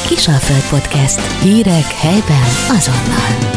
Kisalföld Podcast. Hírek helyben azonnal.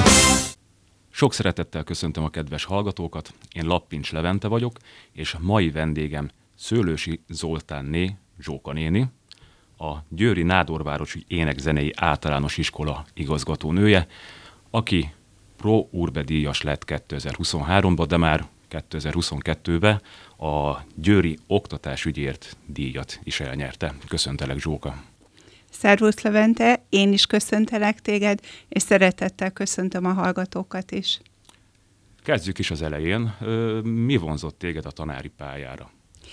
Sok szeretettel köszöntöm a kedves hallgatókat, én Lappincs Levente vagyok, és mai vendégem Szőlősi Zoltánné, Zsóka néni, a Győri Nádorvárosi Énekzenei Általános Iskola igazgatónője, aki Pro Urbe díjas lett 2023-ban, de már 2022-ben a Győri Oktatásügyért díjat is elnyerte. Köszöntelek, Zsóka! Szervusz, Levente, én is köszöntelek téged, és szeretettel köszöntöm a hallgatókat is. Kezdjük is az elején. Mi vonzott téged a tanári pályára?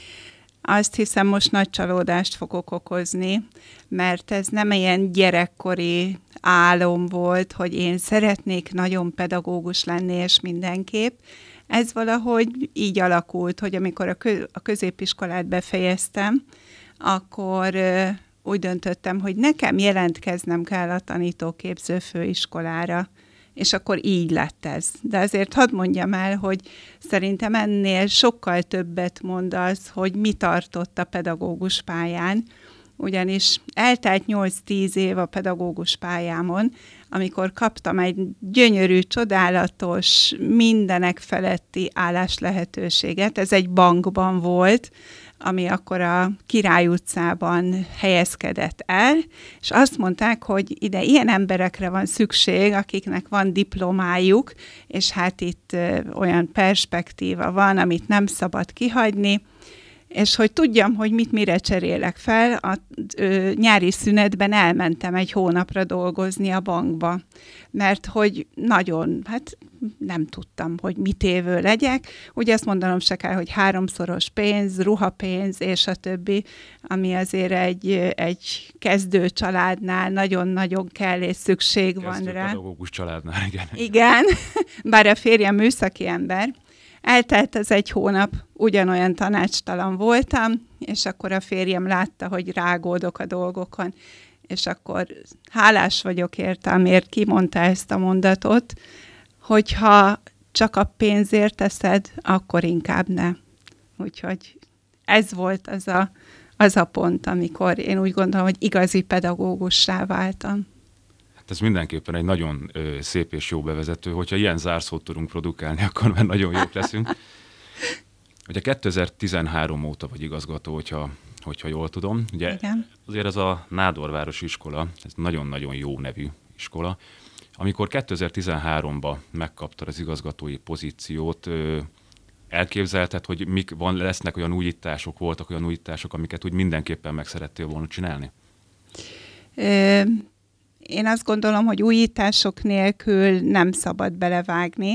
Azt hiszem, most nagy csalódást fogok okozni, mert ez nem ilyen gyerekkori álom volt, hogy én szeretnék nagyon pedagógus lenni, és mindenképp. Ez valahogy így alakult, hogy amikor a középiskolát befejeztem, akkor úgy döntöttem, hogy nekem jelentkeznem kell a tanítóképző főiskolára, és akkor így lett ez. De azért hadd mondjam el, hogy szerintem ennél sokkal többet mond az, hogy mi tartott a pedagógus pályán, ugyanis eltelt 8-10 év a pedagógus pályámon, amikor kaptam egy gyönyörű, csodálatos, mindenek feletti álláslehetőséget. Ez egy bankban volt, ami akkor a Király utcában helyezkedett el, és azt mondták, hogy ide ilyen emberekre van szükség, akiknek van diplomájuk, és hát itt olyan perspektíva van, amit nem szabad kihagyni, és hogy tudjam, hogy mire cserélek fel, a nyári szünetben elmentem egy hónapra dolgozni a bankba, mert hogy nagyon, nem tudtam, hogy mit évő legyek. Ugye azt mondanom se kell, hogy 3-szoros pénz, ruhapénz, és a többi, ami azért egy kezdő családnál nagyon-nagyon kell, és szükség van rá. Pedagógus családnál, igen. Igen, bár a férjem műszaki ember. Eltelt az egy hónap, ugyanolyan tanácstalan voltam, és akkor a férjem látta, hogy rágódok a dolgokon, és akkor hálás vagyok érte, amiért kimondta ezt a mondatot, hogyha csak a pénzért teszed, akkor inkább ne. Úgyhogy ez volt az a pont, amikor én úgy gondolom, hogy igazi pedagógussá váltam. Ez mindenképpen egy nagyon szép és jó bevezető, hogyha ilyen zárszót tudunk produkálni, akkor már nagyon jók leszünk. Ugye 2013 óta vagy igazgató, hogyha jól tudom. Ugye igen. Azért ez a Nádorvárosi iskola, ez nagyon-nagyon jó nevű iskola. Amikor 2013-ban megkaptad az igazgatói pozíciót, elképzelted, hogy lesznek olyan újítások, voltak olyan újítások, amiket úgy mindenképpen meg szerettél volna csinálni? Én azt gondolom, hogy újítások nélkül nem szabad belevágni,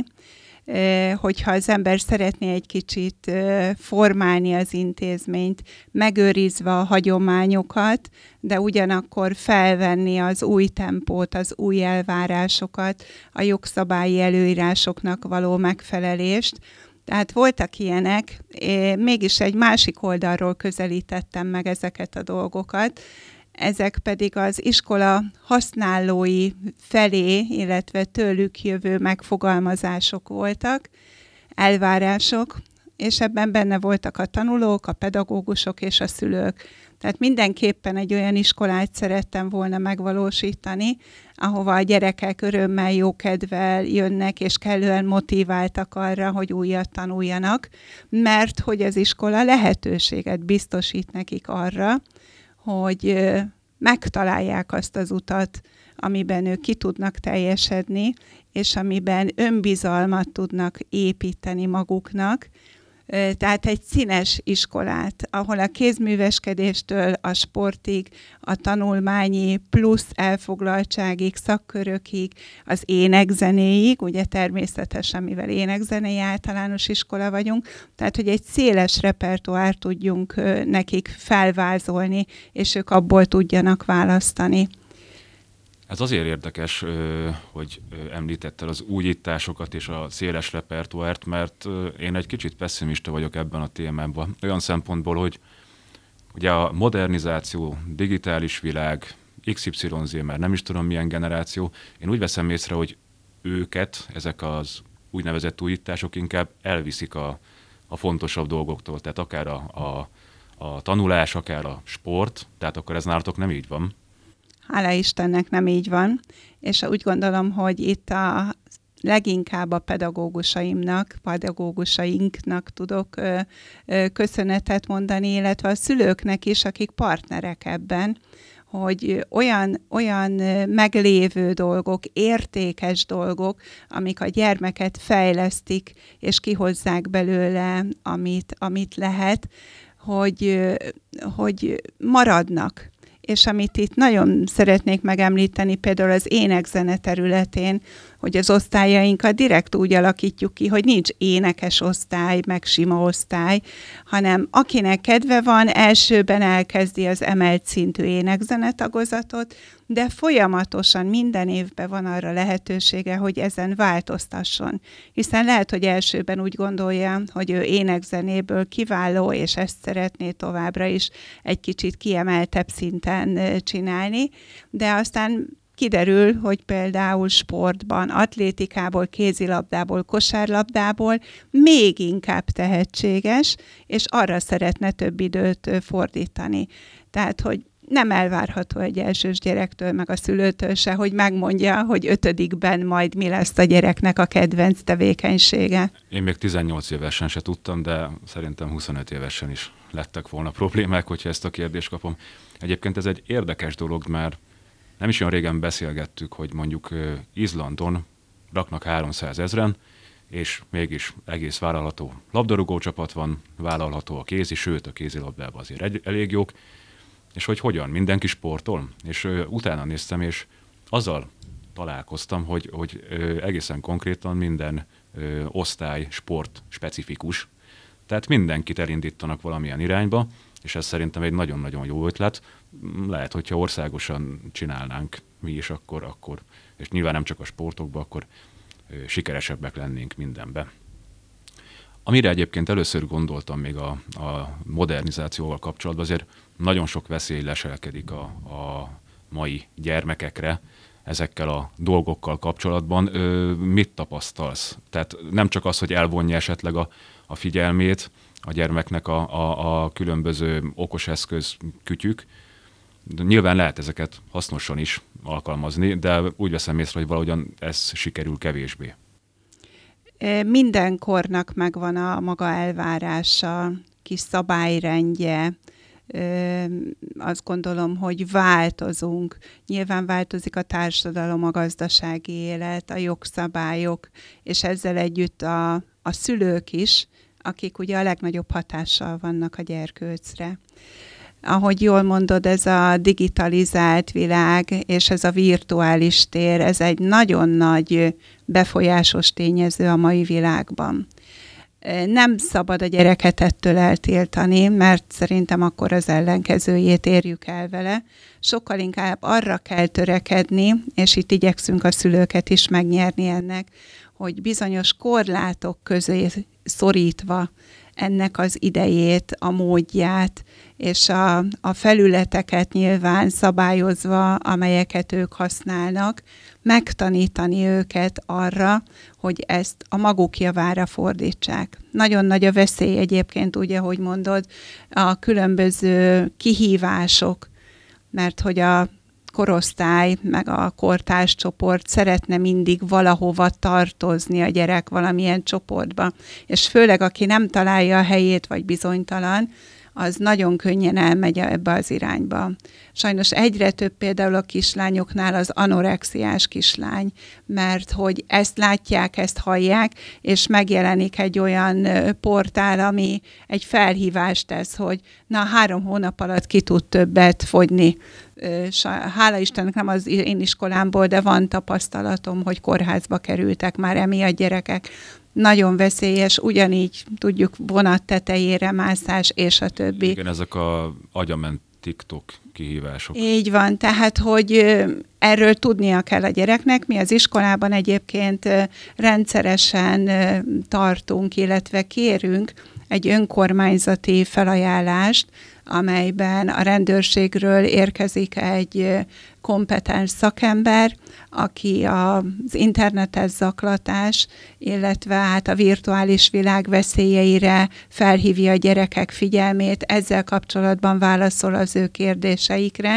hogyha az ember szeretné egy kicsit formálni az intézményt, megőrizve a hagyományokat, de ugyanakkor felvenni az új tempót, az új elvárásokat, a jogszabályi előírásoknak való megfelelést. Tehát voltak ilyenek, mégis egy másik oldalról közelítettem meg ezeket a dolgokat, ezek pedig az iskola használói felé, illetve tőlük jövő megfogalmazások voltak, elvárások, és ebben benne voltak a tanulók, a pedagógusok és a szülők. Tehát mindenképpen egy olyan iskolát szerettem volna megvalósítani, ahova a gyerekek örömmel, jókedvel jönnek, és kellően motiváltak arra, hogy újat tanuljanak, mert hogy az iskola lehetőséget biztosít nekik arra, hogy megtalálják azt az utat, amiben ők ki tudnak teljesedni, és amiben önbizalmat tudnak építeni maguknak. Tehát egy színes iskolát, ahol a kézműveskedéstől a sportig, a tanulmányi plusz elfoglaltságig, szakkörökig, az énekzenéig, ugye természetesen, mivel énekzenei általános iskola vagyunk, tehát hogy egy széles repertoárt tudjunk nekik felvázolni, és ők abból tudjanak választani. Ez azért érdekes, hogy említetted az újításokat és a széles repertoárt, mert én egy kicsit pesszimista vagyok ebben a témában. Olyan szempontból, hogy ugye a modernizáció, digitális világ, XYZ, már nem is tudom milyen generáció, én úgy veszem észre, hogy őket, ezek az úgynevezett újítások inkább elviszik a fontosabb dolgoktól, tehát akár a tanulás, akár a sport, tehát akkor ez nálatok nem így van. Hála Istennek nem így van, és úgy gondolom, hogy itt leginkább a pedagógusainknak tudok köszönetet mondani, illetve a szülőknek is, akik partnerek ebben, hogy olyan meglévő dolgok, értékes dolgok, amik a gyermeket fejlesztik, és kihozzák belőle, amit lehet, hogy maradnak. És amit itt nagyon szeretnék megemlíteni, például az énekzene területén, hogy az osztályainkat direkt úgy alakítjuk ki, hogy nincs énekes osztály, meg sima osztály, hanem akinek kedve van, elsőben elkezdi az emelt szintű énekzene tagozatot, de folyamatosan minden évben van arra lehetősége, hogy ezen változtasson. Hiszen lehet, hogy elsőben úgy gondolja, hogy ő énekzenéből kiváló, és ezt szeretné továbbra is egy kicsit kiemeltebb szinten csinálni, de aztán kiderül, hogy például sportban, atlétikából, kézilabdából, kosárlabdából még inkább tehetséges, és arra szeretne több időt fordítani. Tehát, hogy nem elvárható egy elsős gyerektől, meg a szülőtől se, hogy megmondja, hogy 5-ben majd mi lesz a gyereknek a kedvenc tevékenysége. Én még 18 évesen se tudtam, de szerintem 25 évesen is lettek volna problémák, hogyha ezt a kérdést kapom. Egyébként ez egy érdekes dolog, mert nem is olyan régen beszélgettük, hogy mondjuk Izlandon raknak 300 000, és mégis egész vállalható labdarúgó csapat van, vállalható a kézi, sőt a kézilabdában azért elég jók, és hogy hogyan, mindenki sportol. És utána néztem, és azzal találkoztam, hogy egészen konkrétan minden osztály sport specifikus, tehát mindenkit elindítanak valamilyen irányba, és ez szerintem egy nagyon-nagyon jó ötlet. Lehet, hogyha országosan csinálnánk mi is, akkor és nyilván nem csak a sportokban, akkor sikeresebbek lennénk mindenben. Amire egyébként először gondoltam még a modernizációval kapcsolatban, azért nagyon sok veszély leselkedik a mai gyermekekre ezekkel a dolgokkal kapcsolatban. Mit tapasztalsz? Tehát nem csak az, hogy elvonja esetleg a figyelmét a gyermeknek a különböző okos eszköz kütyük. Nyilván lehet ezeket hasznosan is alkalmazni, de úgy veszem észre, hogy valahogyan ez sikerül kevésbé. Minden kornak megvan a maga elvárása, kis szabályrendje. Azt gondolom, hogy változunk. Nyilván változik a társadalom, a gazdasági élet, a jogszabályok, és ezzel együtt a szülők is, akik ugye a legnagyobb hatással vannak a gyerkőcre. Ahogy jól mondod, ez a digitalizált világ és ez a virtuális tér, ez egy nagyon nagy befolyásos tényező a mai világban. Nem szabad a gyereket ettől eltiltani, mert szerintem akkor az ellenkezőjét érjük el vele. Sokkal inkább arra kell törekedni, és itt igyekszünk a szülőket is megnyerni ennek, hogy bizonyos korlátok közé szorítva ennek az idejét, a módját, és a felületeket nyilván szabályozva, amelyeket ők használnak, megtanítani őket arra, hogy ezt a maguk javára fordítsák. Nagyon nagy a veszély egyébként, úgy, ahogy mondod, a különböző kihívások, mert hogy a korosztály, meg a kortárscsoport szeretne mindig valahova tartozni a gyerek valamilyen csoportba. És főleg, aki nem találja a helyét, vagy bizonytalan, az nagyon könnyen elmegy ebbe az irányba. Sajnos egyre több például a kislányoknál az anorexiás kislány, mert hogy ezt látják, ezt hallják, és megjelenik egy olyan portál, ami egy felhívást tesz, hogy 3 hónap alatt ki tud többet fogyni. Hála Istennek nem az én iskolámból, de van tapasztalatom, hogy kórházba kerültek már emiatt gyerekek. Nagyon veszélyes, ugyanígy tudjuk vonat tetejére mászás, és a többi. Igen, ezek a agyament TikTok kihívások. Így van, tehát, hogy erről tudnia kell a gyereknek. Mi az iskolában egyébként rendszeresen tartunk, illetve kérünk egy önkormányzati felajánlást, amelyben a rendőrségről érkezik egy kompetens szakember, aki az internetes zaklatás, illetve hát a virtuális világ veszélyeire felhívja a gyerekek figyelmét, ezzel kapcsolatban válaszol az ő kérdéseikre,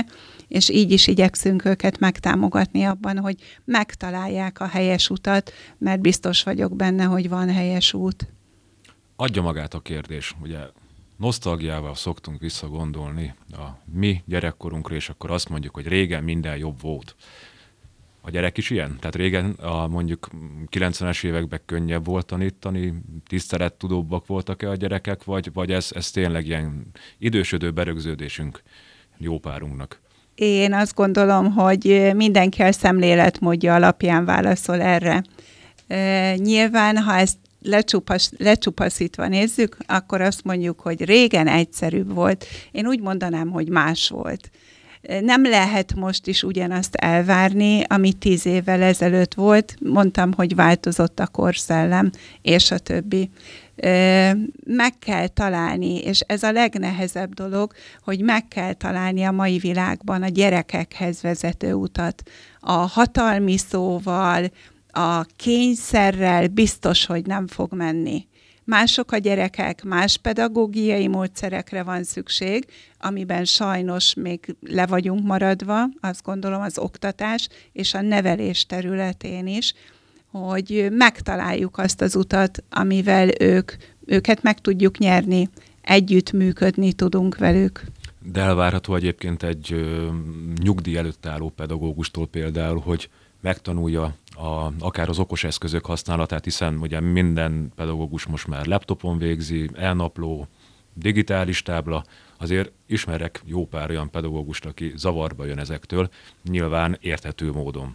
és így is igyekszünk őket megtámogatni abban, hogy megtalálják a helyes utat, mert biztos vagyok benne, hogy van helyes út. Adja magát a kérdés, ugye nosztalgiával szoktunk visszagondolni a mi gyerekkorunkra, és akkor azt mondjuk, hogy régen minden jobb volt. A gyerek is ilyen? Tehát régen mondjuk 90-es években könnyebb volt tanítani, tisztelettudóbbak voltak-e a gyerekek, vagy ez tényleg ilyen idősödő berögződésünk jó párunknak? Én azt gondolom, hogy mindenki a szemléletmódja alapján válaszol erre. Nyilván, ha ezt lecsupaszítva nézzük, akkor azt mondjuk, hogy régen egyszerűbb volt. Én úgy mondanám, hogy más volt. Nem lehet most is ugyanazt elvárni, ami 10 évvel ezelőtt volt. Mondtam, hogy változott a korszellem, és a többi. Meg kell találni, és ez a legnehezebb dolog, hogy meg kell találni a mai világban a gyerekekhez vezető utat. A hatalmi szóval, a kényszerrel biztos, hogy nem fog menni. Mások a gyerekek, más pedagógiai módszerekre van szükség, amiben sajnos még le vagyunk maradva, azt gondolom az oktatás és a nevelés területén is, hogy megtaláljuk azt az utat, amivel őket meg tudjuk nyerni, együtt működni tudunk velük. De elvárható egyébként egy nyugdíj előtt álló pedagógustól például, hogy megtanulja akár az okos eszközök használatát, hiszen ugye minden pedagógus most már laptopon végzi, elnapló, digitális tábla, azért ismerek jó pár olyan pedagógust, aki zavarba jön ezektől, nyilván érthető módon.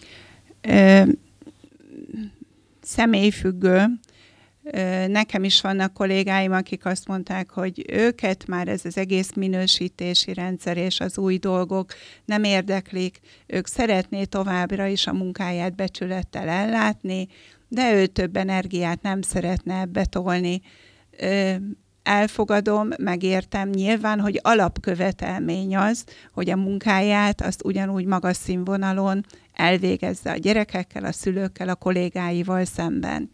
Személyfüggő. Nekem is vannak kollégáim, akik azt mondták, hogy őket már ez az egész minősítési rendszer és az új dolgok nem érdeklik. Ők szeretné továbbra is a munkáját becsülettel ellátni, de ő több energiát nem szeretne ebbe tolni. Elfogadom, megértem nyilván, hogy alapkövetelmény az, hogy a munkáját azt ugyanúgy magas színvonalon elvégezze a gyerekekkel, a szülőkkel, a kollégáival szemben.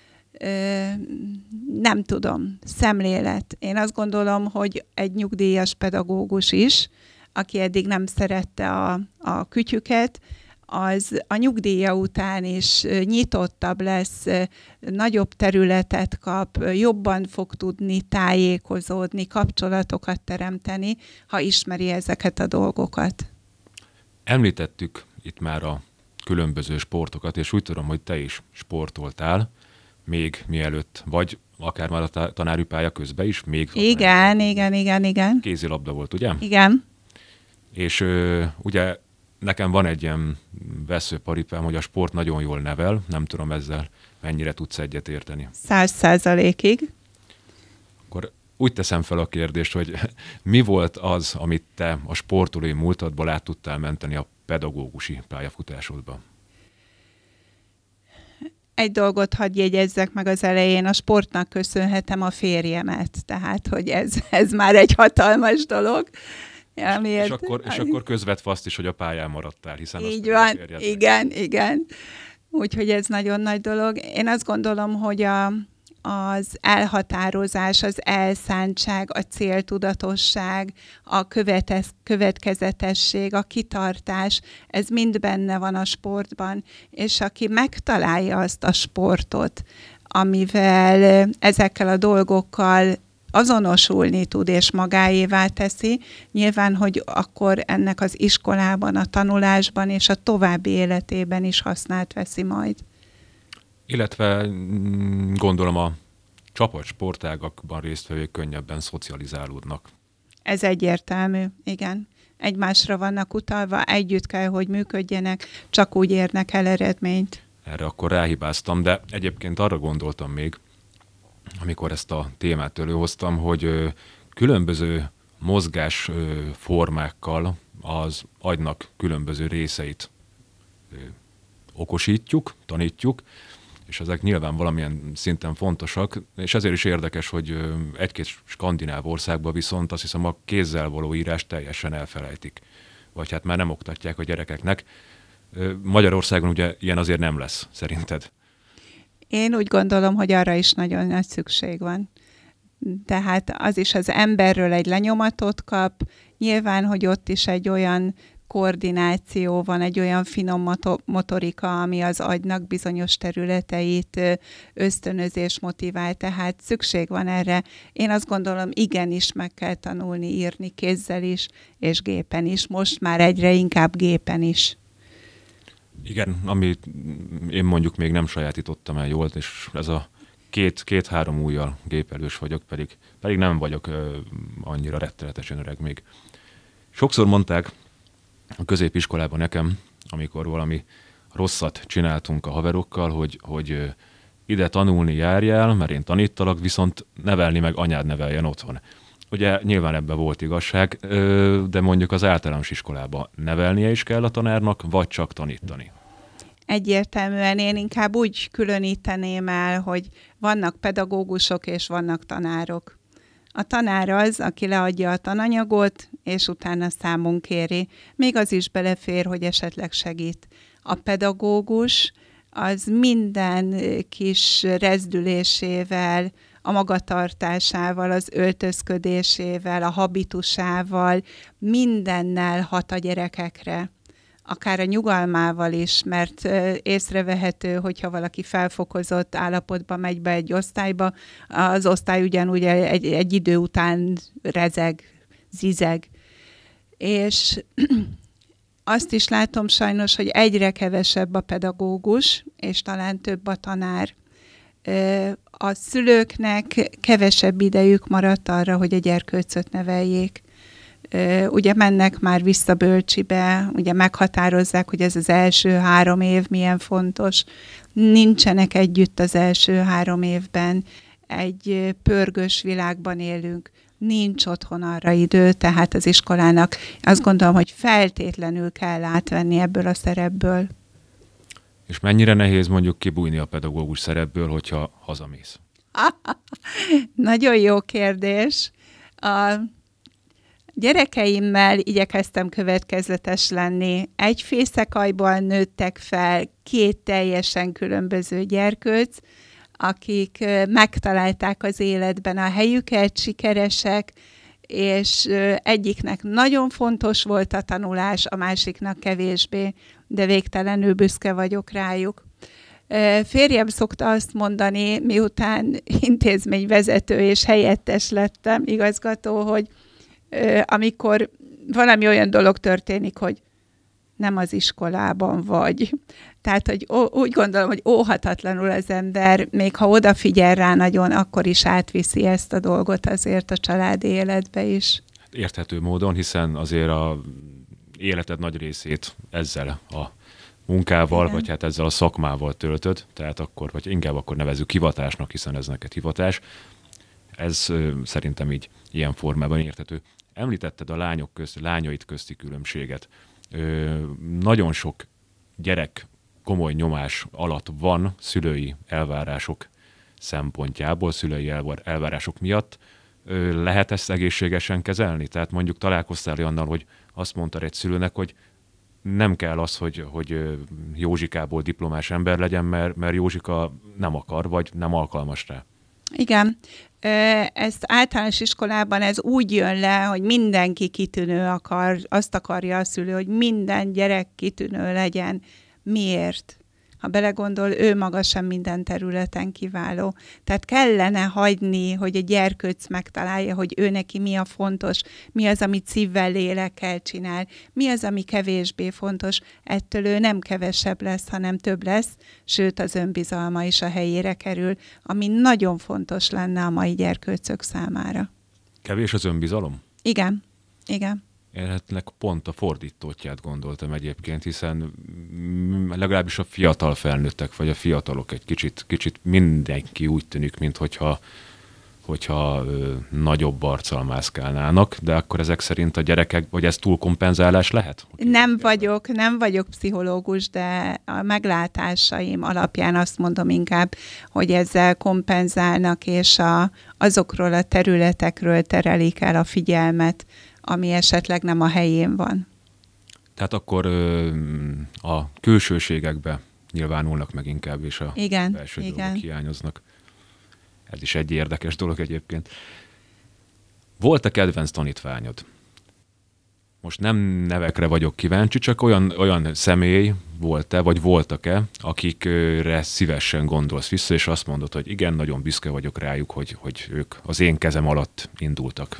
Nem tudom, szemlélet. Én azt gondolom, hogy egy nyugdíjas pedagógus is, aki eddig nem szerette a kütyüket, az a nyugdíja után is nyitottabb lesz, nagyobb területet kap, jobban fog tudni tájékozódni, kapcsolatokat teremteni, ha ismeri ezeket a dolgokat. Említettük itt már a különböző sportokat, és úgy tudom, hogy te is sportoltál, még mielőtt, vagy akár már a tanári pálya közben is? Még Igen. Kézilabda volt, ugye? Igen. És ugye nekem van egy ilyen veszőparipám, hogy a sport nagyon jól nevel, nem tudom ezzel mennyire tudsz egyet érteni. 100%-ig. Akkor úgy teszem fel a kérdést, hogy mi volt az, amit te a sportolói múltadból át tudtál menteni a pedagógusi pályafutásodba? Egy dolgot hadd jegyezzek meg az elején, a sportnak köszönhetem a férjemet, tehát hogy ez már egy hatalmas dolog. És akkor közvetve azt is, hogy a pályán maradtál, hiszen így van, igen. Úgyhogy ez nagyon nagy dolog. Én azt gondolom, hogy az elhatározás, az elszántság, a céltudatosság, a következetesség, a kitartás, ez mind benne van a sportban, és aki megtalálja azt a sportot, amivel ezekkel a dolgokkal azonosulni tud és magáévá teszi, nyilván, hogy akkor ennek az iskolában, a tanulásban és a további életében is hasznát veszi majd. Illetve gondolom a csapatsportágakban résztvevők könnyebben szocializálódnak. Ez egyértelmű, igen. Egymásra vannak utalva, együtt kell, hogy működjenek, csak úgy érnek el eredményt. Erre akkor ráhibáztam, de egyébként arra gondoltam még, amikor ezt a témát előhoztam, hogy különböző mozgásformákkal az agynak különböző részeit okosítjuk, tanítjuk, és ezek nyilván valamilyen szinten fontosak, és ezért is érdekes, hogy egy-két skandináv országban viszont azt hiszem a kézzel való írást teljesen elfelejtik. Vagy hát már nem oktatják a gyerekeknek. Magyarországon ugye ilyen azért nem lesz, szerinted? Én úgy gondolom, hogy arra is nagyon nagy szükség van. Tehát az is az emberről egy lenyomatot kap, Nyilván, hogy ott is egy olyan koordináció van, egy olyan finom motorika, ami az agynak bizonyos területeit ösztönözés motivál, tehát szükség van erre. Én azt gondolom, igenis meg kell tanulni írni kézzel is, és gépen is. Most már egyre inkább gépen is. Igen, amit én mondjuk még nem sajátítottam el jól, és ez a két-három ujjal gépelős vagyok, pedig nem vagyok annyira rettenetesen öreg még. Sokszor mondták a középiskolában nekem, amikor valami rosszat csináltunk a haverokkal, hogy ide tanulni járjál, mert én tanítalak, viszont nevelni meg anyád neveljen otthon. Ugye nyilván ebben volt igazság, de mondjuk az általános iskolában nevelnie is kell a tanárnak, vagy csak tanítani. Egyértelműen én inkább úgy különíteném el, hogy vannak pedagógusok és vannak tanárok. A tanár az, aki leadja a tananyagot, és utána számon kéri. Még az is belefér, hogy esetleg segít. A pedagógus az minden kis rezdülésével, a magatartásával, az öltözködésével, a habitusával, mindennel hat a gyerekekre. Akár a nyugalmával is, mert észrevehető, hogyha valaki felfokozott állapotba megy be egy osztályba, az osztály ugyanúgy egy idő után rezeg, zizeg. És azt is látom sajnos, hogy egyre kevesebb a pedagógus, és talán több a tanár. A szülőknek kevesebb idejük maradt arra, hogy a gyerkőcöt neveljék. Ugye mennek már vissza bölcsibe, ugye meghatározzák, hogy ez az első 3 év milyen fontos. Nincsenek együtt az első 3 évben. Egy pörgős világban élünk. Nincs otthon arra idő, tehát az iskolának azt gondolom, hogy feltétlenül kell átvenni ebből a szerepből. És mennyire nehéz mondjuk kibújni a pedagógus szerepből, hogyha hazamész? Nagyon jó kérdés. A gyerekeimmel igyekeztem következetes lenni. Egy fészekajban nőttek fel 2 teljesen különböző gyerkőc, akik megtalálták az életben a helyüket, sikeresek, és egyiknek nagyon fontos volt a tanulás, a másiknak kevésbé, de végtelenül büszke vagyok rájuk. Férjem szokta azt mondani, miután intézményvezető és helyettes lettem, igazgató, hogy amikor valami olyan dolog történik, hogy nem az iskolában vagy. Tehát, hogy úgy gondolom, hogy óhatatlanul az ember, még ha odafigyel rá nagyon, akkor is átviszi ezt a dolgot azért a családi életbe is. Érthető módon, hiszen azért a életed nagy részét ezzel a munkával, igen, vagy hát ezzel a szakmával töltöd, tehát akkor, vagy inkább akkor nevezzük hivatásnak, hiszen ez neked hivatás. Ez szerintem így ilyen formában érthető. Említetted a lányaid közti különbséget. Nagyon sok gyerek komoly nyomás alatt van szülői elvárások szempontjából, szülői elvárások miatt. Lehet ezt egészségesen kezelni? Tehát mondjuk találkoztál olyannal, hogy azt mondta egy szülőnek, hogy nem kell az, hogy Józsikából diplomás ember legyen, mert Józsika nem akar, vagy nem alkalmas rá. Igen. Ezt általános iskolában ez úgy jön le, hogy mindenki kitűnő akar, azt akarja a szülő, hogy minden gyerek kitűnő legyen. Miért? Ha belegondol, ő maga sem minden területen kiváló. Tehát kellene hagyni, hogy a gyerkőc megtalálja, hogy ő neki mi a fontos, mi az, amit szívvel, lélekkel csinál, mi az, ami kevésbé fontos. Ettől ő nem kevesebb lesz, hanem több lesz, sőt az önbizalma is a helyére kerül, ami nagyon fontos lenne a mai gyerkőcök számára. Kevés az önbizalom? Igen, igen. Én pont a fordítótját gondoltam egyébként, hiszen legalábbis a fiatal felnőttek, vagy a fiatalok egy kicsit mindenki úgy tűnik, hogyha nagyobb arccal mászkálnának, de akkor ezek szerint a gyerekek, vagy ez túlkompenzálás lehet? Nem vagyok pszichológus, de a meglátásaim alapján azt mondom inkább, hogy ezzel kompenzálnak, és azokról a területekről terelik el a figyelmet, ami esetleg nem a helyén van. Tehát akkor a külsőségekbe nyilvánulnak meg inkább, és a belső dolgok hiányoznak. Ez is egy érdekes dolog egyébként. Volt-e kedvenc tanítványod? most nem nevekre vagyok kíváncsi, csak olyan személy volt-e, vagy voltak-e, akikre szívesen gondolsz vissza, és azt mondod, hogy igen, nagyon büszke vagyok rájuk, hogy ők az én kezem alatt indultak.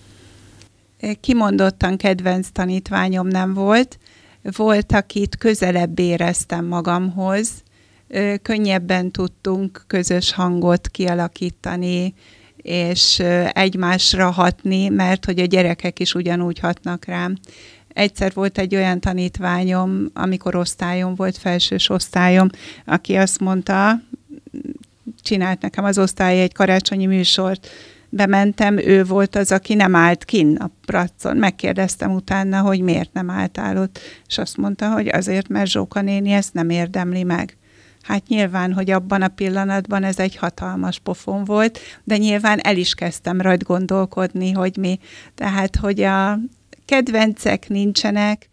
Kimondottan kedvenc tanítványom nem volt. Volt, akit közelebb éreztem magamhoz. Könnyebben tudtunk közös hangot kialakítani, és egymásra hatni, mert hogy a gyerekek is ugyanúgy hatnak rám. Egyszer volt egy olyan tanítványom, amikor osztályom volt, felsős osztályom, aki azt mondta, csinált nekem az osztály egy karácsonyi műsort, bementem, ő volt az, aki nem állt kinn a pracon. Megkérdeztem utána, hogy miért nem álltál ott, és azt mondta, hogy azért, mert Zsóka néni ezt nem érdemli meg. Hát nyilván, hogy abban a pillanatban ez egy hatalmas pofon volt, de nyilván el is kezdtem rajt gondolkodni, hogy mi. Tehát, hogy a kedvencek nincsenek,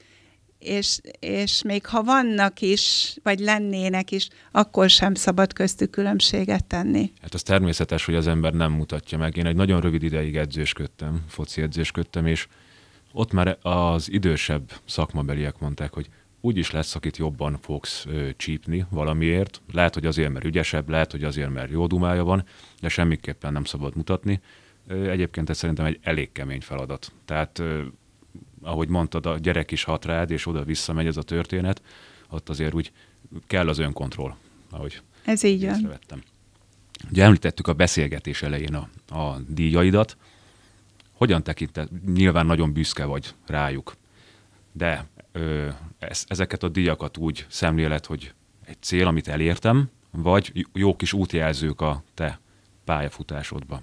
és még ha vannak is, vagy lennének is, akkor sem szabad köztük különbséget tenni. Hát az természetes, hogy az ember nem mutatja meg. Én egy nagyon rövid ideig edzősködtem, foci edzősködtem, és ott már az idősebb szakmabeliek mondták, hogy úgy is lesz, akit jobban fogsz csípni valamiért. Lehet, hogy azért, mert ügyesebb, lehet, hogy azért, mert jó dumája van, de semmiképpen nem szabad mutatni. Egyébként ez szerintem egy elég kemény feladat. Tehát, ahogy mondtad, a gyerek is hat rád, és oda visszamegy ez a történet, ott azért úgy kell az önkontroll, ahogy ez így van. Észrevettem. Ugye említettük a beszélgetés elején a díjaidat. Hogyan tekinted? Nyilván nagyon büszke vagy rájuk, de ezeket a díjakat úgy szemléled, hogy egy cél, amit elértem, vagy jó kis útjelzők a te pályafutásodban?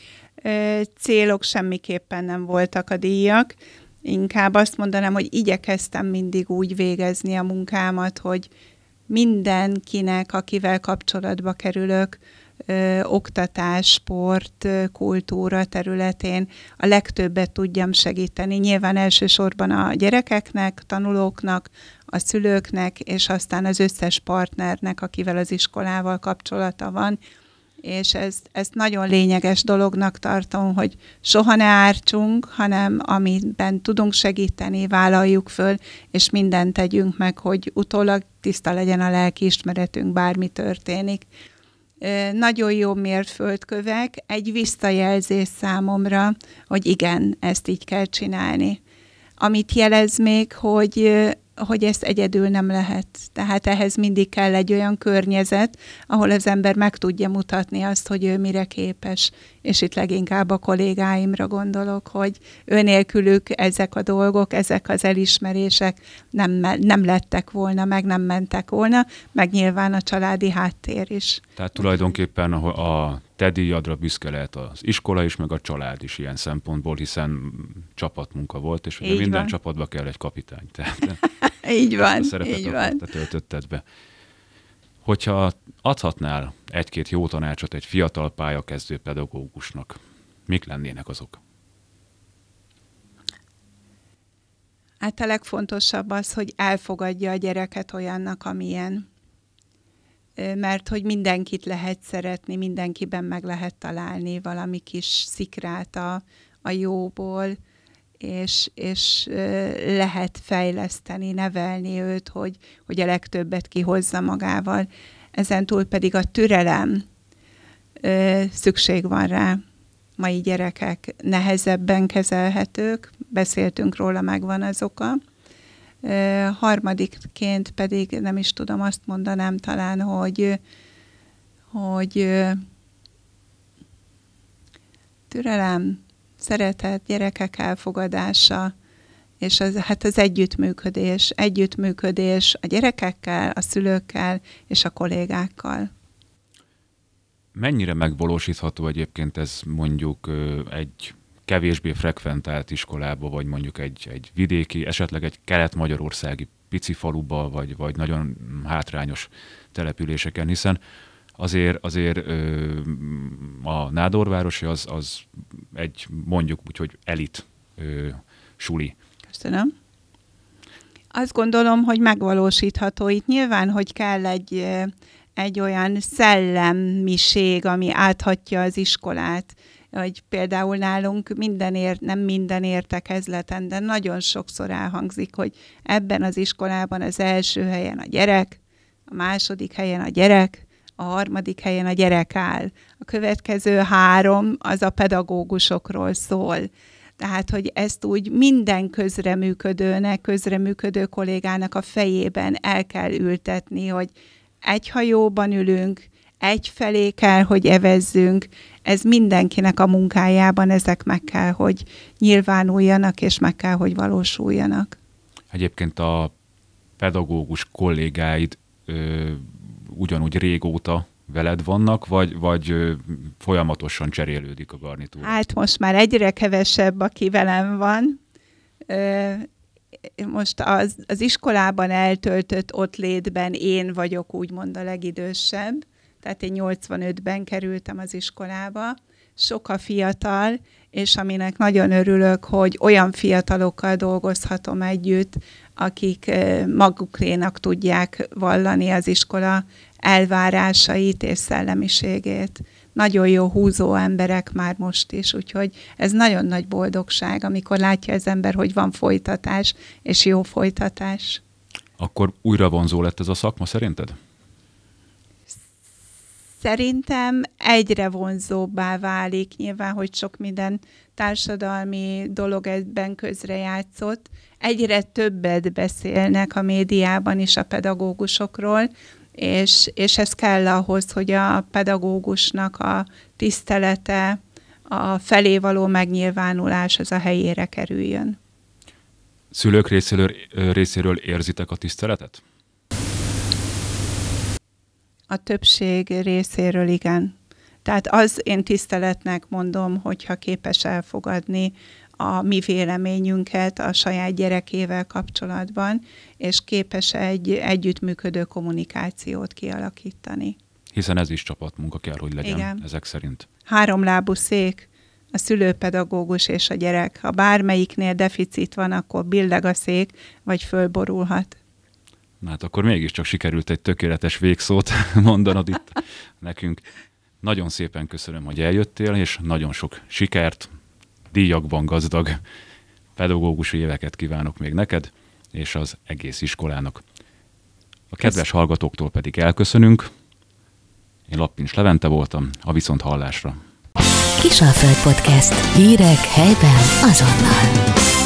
Célok semmiképpen nem voltak a díjak. Inkább azt mondanám, hogy igyekeztem mindig úgy végezni a munkámat, hogy mindenkinek, akivel kapcsolatba kerülök, oktatás, sport, kultúra területén a legtöbbet tudjam segíteni. Nyilván elsősorban a gyerekeknek, tanulóknak, a szülőknek, és aztán az összes partnernek, akivel az iskolával kapcsolata van. És ezt nagyon lényeges dolognak tartom, hogy soha ne ártsunk, hanem amiben tudunk segíteni, vállaljuk föl, és mindent tegyünk meg, hogy utólag tiszta legyen a lelkiismeretünk, bármi történik. Nagyon jó mérföldkövek, egy visszajelzés számomra, hogy igen, ezt így kell csinálni. Amit jelez még, hogy ezt egyedül nem lehet. Tehát ehhez mindig kell egy olyan környezet, ahol az ember meg tudja mutatni azt, hogy ő mire képes. És itt leginkább a kollégáimra gondolok, hogy őnélkülük ezek a dolgok, ezek az elismerések nem lettek volna, meg nem mentek volna, meg nyilván a családi háttér is. Tehát tulajdonképpen a te díjadra büszke lehet az iskola is, meg a család is ilyen szempontból, hiszen csapatmunka volt, és ugye minden csapatba kell egy kapitány. Tehát így van, a szerepet így van. Te töltötted be. Hogyha adhatnál egy-két jó tanácsot egy fiatal pályakezdő pedagógusnak, mik lennének azok? Hát a legfontosabb az, hogy elfogadja a gyereket olyannak, amilyen. Mert hogy mindenkit lehet szeretni, mindenkiben meg lehet találni valami kis szikrát a jóból, és lehet fejleszteni, nevelni őt, hogy a legtöbbet kihozza magával. Ezen túl pedig a türelem, szükség van rá. Mai gyerekek nehezebben kezelhetők, beszéltünk róla, megvan az oka. Harmadikként pedig nem is tudom, azt mondanám talán, hogy türelem, szeretet, gyerekek elfogadása, és az együttműködés a gyerekekkel, a szülőkkel és a kollégákkal. Mennyire megvalósítható egyébként ez mondjuk egy kevésbé frekventált iskolába, vagy mondjuk egy vidéki, esetleg egy kelet-magyarországi pici faluba, vagy nagyon hátrányos településeken, hiszen azért a Nádorvárosi az egy mondjuk úgy, hogy elit suli. Köszönöm. Azt gondolom, hogy megvalósítható. Itt nyilván, hogy kell egy olyan szellemiség, ami áthatja az iskolát. hogy például nálunk nem minden értekezleten, de nagyon sokszor elhangzik, hogy ebben az iskolában az első helyen a gyerek, a második helyen a gyerek, a harmadik helyen a gyerek áll. A következő 3 az a pedagógusokról szól. Tehát, hogy ezt úgy minden közreműködő kollégának a fejében el kell ültetni, hogy egy hajóban ülünk, egyfelé kell, hogy evezzünk, ez mindenkinek a munkájában, ezek meg kell, hogy nyilvánuljanak, és meg kell, hogy valósuljanak. Egyébként a pedagógus kollégáid ugyanúgy régóta veled vannak, vagy folyamatosan cserélődik a garnitúra? Hát most már egyre kevesebb, aki velem van. Most az iskolában eltöltött ott létben én vagyok úgymond a legidősebb. Tehát én 85-ben kerültem az iskolába. Sok a fiatal, és aminek nagyon örülök, hogy olyan fiatalokkal dolgozhatom együtt, akik magukénak tudják vallani az iskola elvárásait és szellemiségét. Nagyon jó húzó emberek már most is, úgyhogy ez nagyon nagy boldogság, amikor látja az ember, hogy van folytatás, és jó folytatás. Akkor újra vonzó lett ez a szakma szerinted? Szerintem egyre vonzóbbá válik. Nyilván, hogy sok minden társadalmi dolog ebben közrejátszott. Egyre többet beszélnek a médiában is a pedagógusokról, és ez kell ahhoz, hogy a pedagógusnak a tisztelete, a felé való megnyilvánulás az a helyére kerüljön. Szülők részéről érzitek a tiszteletet? A többség részéről igen. Tehát én tiszteletnek mondom, hogyha képes elfogadni a mi véleményünket a saját gyerekével kapcsolatban, és képes egy együttműködő kommunikációt kialakítani. Hiszen ez is csapatmunka kell, hogy legyen, igen. Ezek szerint. 3 lábú szék, a szülőpedagógus és a gyerek. Ha bármelyiknél deficit van, akkor billeg a szék, vagy fölborulhat. Na hát akkor mégiscsak sikerült egy tökéletes végszót mondanod itt nekünk. Nagyon szépen köszönöm, hogy eljöttél, és nagyon sok sikert, díjakban gazdag pedagógusi éveket kívánok még neked, és az egész iskolának. A kedves hallgatóktól pedig elköszönünk. Én Lappincs Levente voltam, a viszonthallásra. Kisalföld Podcast. Hírek helyben azonnal.